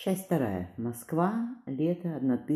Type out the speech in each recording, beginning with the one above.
Часть вторая. Москва. Лето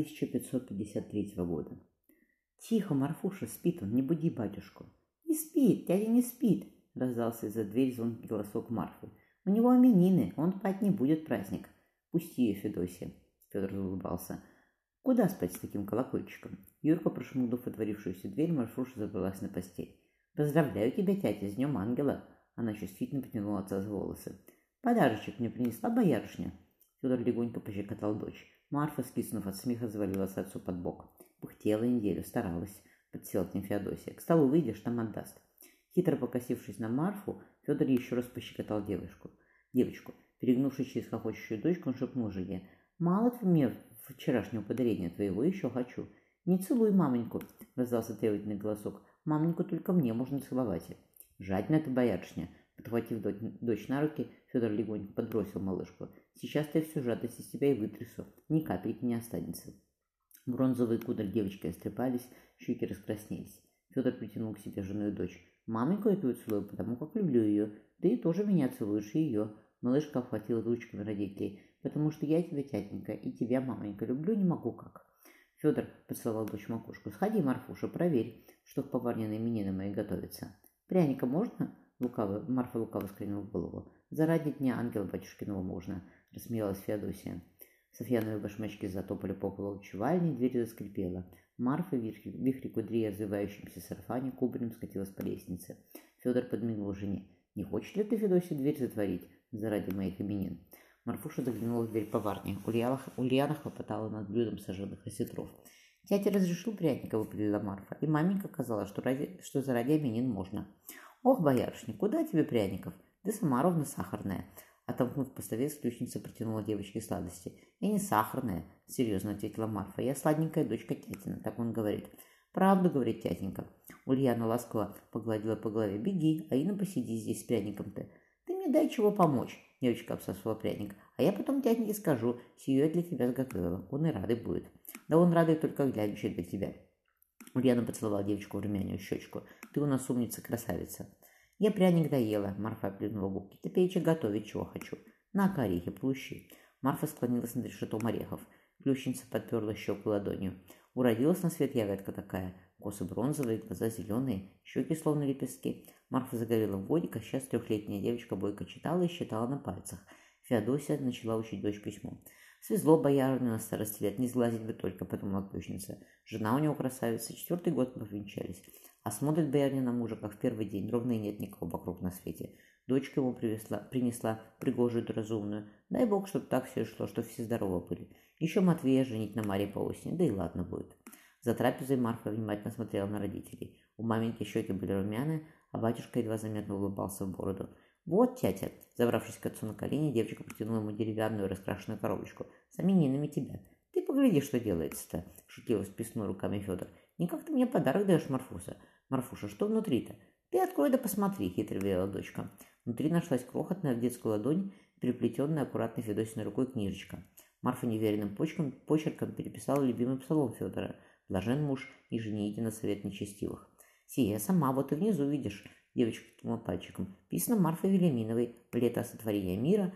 1553 года. «Тихо, Марфуша, спит он, не буди батюшку». «Не спит, дядя не спит», — раздался из-за двери звонкий голосок Марфы. «У него именины, он спать не будет, праздник». «Пусти ее, Федосия», — Федор улыбался. «Куда спать с таким колокольчиком?» Юрка, прошмыгнув в отворившуюся дверь, Марфуша забралась на постель. «Поздравляю тебя, тятя, с днем ангела!» Она чувствительно потянула отца за волосы. «Подарочек мне принесла боярышня». Федор легонько пощекотал дочь. Марфа, скиснув от смеха, завалилась отцу под бок. Пыхтела неделю, старалась. Подсела к ним Феодосия. «К столу выйдешь, там отдаст». Хитро покосившись на Марфу, Федор еще раз пощекотал девочку. Перегнувшись через хохочущую дочку, он шепнул жене: «Мало ты мне вчерашнего подарения твоего, еще хочу». «Не целуй маменьку», — раздался требовательный голосок. «Маменьку только мне можно целовать». «Жадина ты, боярышня». Подхватив дочь на руки, Федор легонько подбросил малышку. «Сейчас я всю жадность из тебя и вытрясу. Ни капельки не останется». Бронзовые кудри девочки растрепались, щеки раскраснелись. Федор притянул к себе жену и дочь. «Маменьку я твою целую, потому как люблю ее. Ты тоже меня целуешь и ее». Малышка обхватила ручками родителей. «Потому что я тебя, тятенька, и тебя, маменька, люблю не могу как». Федор поцеловал дочь в макушку. «Сходи, Марфуша, проверь, что в поварне на именины мои готовится». «Пряника можно?» Марфа лукаво склонила голову. «Заради дня ангела батюшкиного можно», — рассмеялась Феодосия. Софьяновые башмачки затопали по полу чувальни, дверь заскрипела. Марфа в вихре кудрей, развивающемся сарафане, кубарем скатилась по лестнице. Федор подмигнул жене. «Не хочешь ли ты, Федосия, дверь затворить заради моих именин?» Марфуша заглянула в дверь поварни. Ульяна хлопотала над блюдом сожженных осетров. «Тятя разрешил пряника», — выпалила Марфа, «и маменька сказала, что заради именин можно». «Ох, боярышня, куда тебе пряников? Ты сама ровно сахарная». Отомкнув поставец, ключница протянула девочке сладости. «Я не сахарная», — серьезно ответила Марфа. «Я сладенькая дочка тятина», — так он говорит. «Правду, — говорит тятенька». Ульяна ласково погладила по голове. «Беги, Аина, посиди здесь с пряником-то». «Ты мне дай чего помочь», — девочка обсасывала пряник. «А я потом тятеньке скажу, сию я для тебя сготовила. Он и радый будет». «Да он радый только глядящий для тебя». Ульяна поцеловала девочку в румяную щечку. «Ты у нас умница-красавица». «Я пряник доела», — Марфа облизнула губки. «Теперь готовить чего хочу. На-ка, орехи, плющи». Марфа склонилась над решетом орехов. Ключница подперла щеку ладонью. Уродилась на свет ягодка такая. Косы бронзовые, глаза зеленые, щеки словно лепестки. Марфа заговорила в годик, а сейчас трехлетняя девочка бойко читала и считала на пальцах. Феодосия начала учить дочь письму. «Свезло боярину на старости лет, не сглазить бы только», — подумала ключница. «Жена у него красавица, 4-й год повенчались. А смотрит боярня на мужа, как в первый день, ровно и нет никого вокруг на свете. Дочка ему принесла пригожую да разумную. Дай бог, чтоб так все шло, чтоб все здоровы были. Еще Матвея женить на Марье по осени, да и ладно будет». За трапезой Марфа внимательно смотрела на родителей. У маменьки щеки были румяны, а батюшка едва заметно улыбался в бороду. «Вот, тятя!» Забравшись к отцу на колени, девочка протянула ему деревянную раскрашенную коробочку. «С именинами тебя». «Ты погляди, что делается-то!» — шутливо всплеснул руками Федор. «Никак ты мне подарок даешь, Марфуша, что внутри-то?» «Ты открой да посмотри», — хитро велела дочка. Внутри нашлась крохотная в детскую ладонь, переплетенная аккуратной Федосиной рукой книжечка. Марфа неверенным почерком переписала любимый псалом Федора: «Блажен муж, и жените на совет нечестивых». «Сия сама, вот и внизу видишь». Девочка ткнула пальчиком. «Писано Марфы Велиминовой. В лето сотворения мира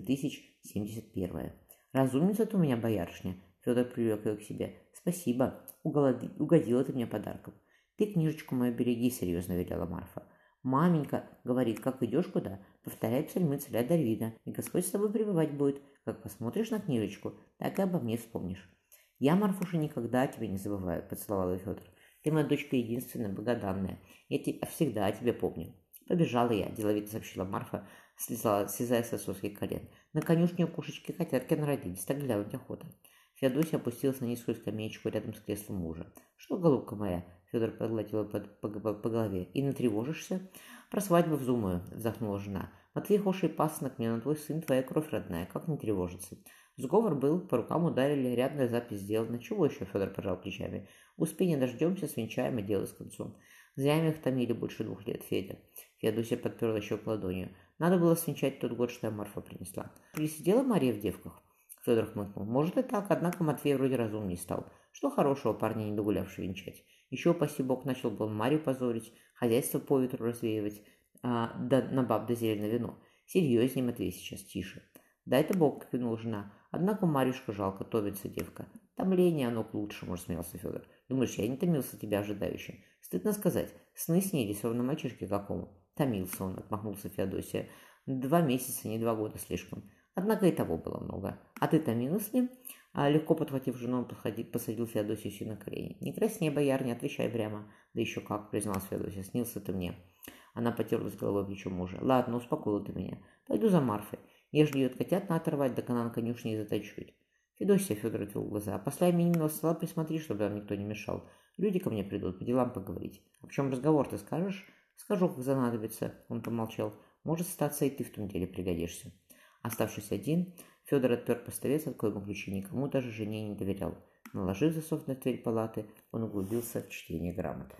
7071». «Разумница ты у меня, боярышня». Федор привлек ее к себе. «Спасибо. Угодила ты мне подарком». «Ты книжечку мою береги», — серьезно велела Марфа. «Маменька говорит, как идешь куда, повторяй псальмы царя Давида, и Господь с тобой пребывать будет. Как посмотришь на книжечку, так и обо мне вспомнишь». «Я, Марфуша, никогда о тебе не забываю», — поцеловал ее Федор. «Ты моя дочка единственная, богоданная. Я всегда о тебе помню». «Побежала я», — деловито сообщила Марфа, слезая с отцовских колен. «На конюшне у кошечки котятки народились, так глянуть охота». Феодосия опустилась на низкую скамеечку рядом с креслом мужа. «Что, голубка моя?» — Федор погладил по голове. «И натревожишься?» «Про свадьбу вздумаю», — вздохнула жена. «Матвей хоший пасынок мне, но твой сын, твоя кровь родная. Как не тревожиться?» Сговор был, по рукам ударили, рядная запись сделана. «Чего еще?» — Федор пожал плечами. «Успения дождемся, свинчаем и дело с концом». «Зря мы их томили больше 2 лет, Федя». Феодосия подперла щеку ладонью. «Надо было свинчать тот год, что я Марфа принесла». «Пересидела Мария в девках?» Федор хмыкнул. «Может и так, однако Матвей вроде разумней стал. Что хорошего парня не догулявший венчать? Еще, упаси бог, начал был Марию позорить, хозяйство по ветру развеивать, да на баб да зелено вино. Серьезнее Матвей сейчас, тише». «Дай-то бог», — кивнула жена. Однако Марьюшка жалко, томится девка. Томление оно к лучшему, смеялся Федор. Думаешь, я не томился тебя ожидающим? Стыдно сказать, сны снились ровно мальчишке какому. Томился он, отмахнулся Феодосия. 2 месяца, не 2 года слишком. Однако и того было много. А ты томилась с ним? А легко подхватив жену, он посадил Феодосию себе на колени. Не красней, бояр, не отвечай прямо. Да еще как, призналась Феодосия, снился ты мне. Она потерлась головой плечо мужа. Ладно, успокоила ты меня. Пойду за Марфой. Ежели ее от котят надо оторвать, так она на конюшне и заточует. Федосия, Федор отвел глаза. После именинного стола присмотри, чтобы вам никто не мешал. Люди ко мне придут, по делам поговорить. А в чем разговор, ты скажешь? Скажу, как занадобится. Он помолчал. Может, статься, и ты в том деле пригодишься. Оставшись один, Федор отпер поставец, от коего ключи никому, даже жене не доверял. Наложив засов на дверь палаты, он углубился в чтение грамоты.